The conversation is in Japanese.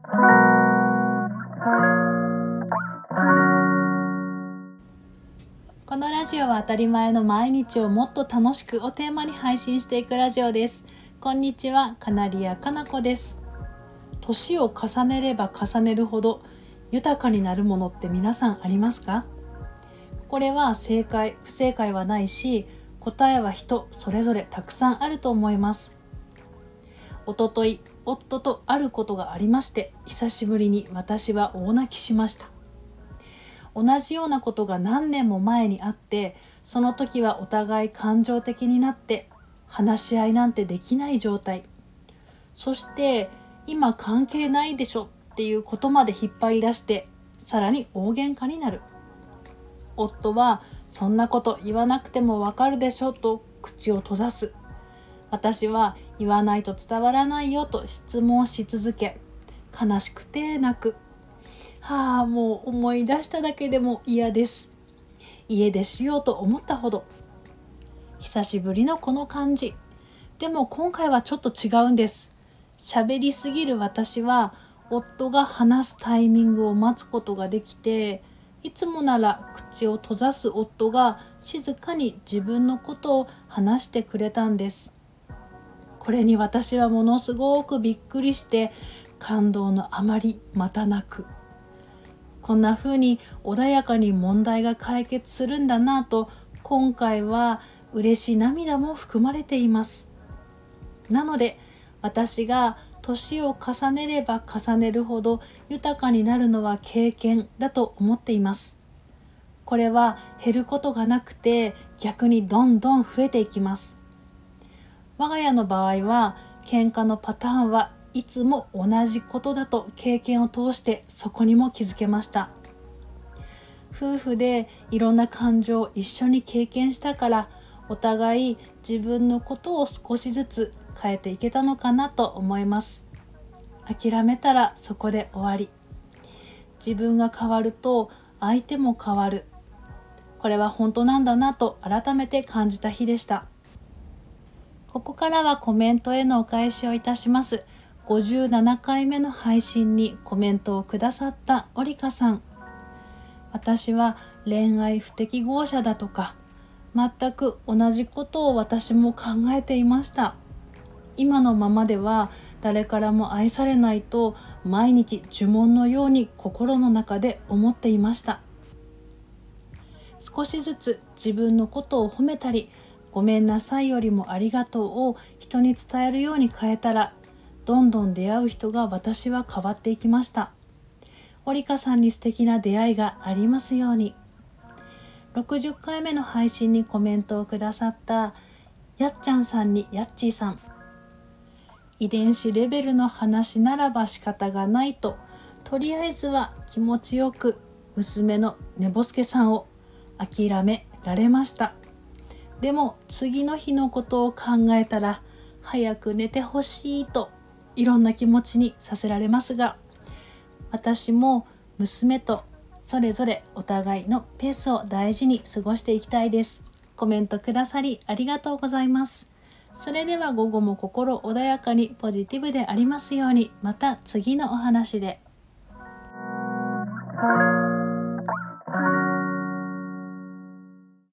このラジオは当たり前の毎日をもっと楽しくをテーマに配信していくラジオです。こんにちは、カナリアかなこです。年を重ねれば重ねるほど豊かになるものって皆さんありますか？これは正解不正解はないし、答えは人それぞれたくさんあると思います。おととい夫とあることがありまして、久しぶりに私は大泣きしました。同じようなことが何年も前にあって、その時はお互い感情的になって話し合いなんてできない状態。そして今関係ないでしょっていうことまで引っ張り出して、さらに大喧嘩になる。夫はそんなこと言わなくてもわかるでしょと口を閉ざす。私は言わないと伝わらないよと質問し続け、悲しくて泣く。もう思い出しただけでも嫌です。家出しようと思ったほど。久しぶりのこの感じ。でも今回はちょっと違うんです。喋りすぎる私は夫が話すタイミングを待つことができて、いつもなら口を閉ざす夫が静かに自分のことを話してくれたんです。これに私はものすごくびっくりして、感動のあまりまた泣く。こんな風に穏やかに問題が解決するんだなと、今回は嬉しい涙も含まれています。なので私が年を重ねれば重ねるほど豊かになるのは経験だと思っています。これは減ることがなくて、逆にどんどん増えていきます。我が家の場合は喧嘩のパターンはいつも同じことだと経験を通してそこにも気づけました。夫婦でいろんな感情を一緒に経験したから、お互い自分のことを少しずつ変えていけたのかなと思います。諦めたらそこで終わり。自分が変わると相手も変わる。これは本当なんだなと改めて感じた日でした。ここからはコメントへのお返しをいたします。57回目の配信にコメントをくださったオリカさん。私は恋愛不適合者だとか、全く同じことを私も考えていました。今のままでは誰からも愛されないと毎日呪文のように心の中で思っていました。少しずつ自分のことを褒めたり、ごめんなさいよりもありがとうを人に伝えるように変えたら、どんどん出会う人が私は変わっていきました。オリカさんに素敵な出会いがありますように。60回目の配信にコメントをくださったやっちゃんさんにやっちーさん。遺伝子レベルの話ならば仕方がないと、とりあえずは気持ちよく娘のねぼすけさんを諦められました。でも次の日のことを考えたら、早く寝てほしいといろんな気持ちにさせられますが、私も娘とそれぞれお互いのペースを大事に過ごしていきたいです。コメントくださりありがとうございます。それでは午後も心穏やかにポジティブでありますように。また次のお話で。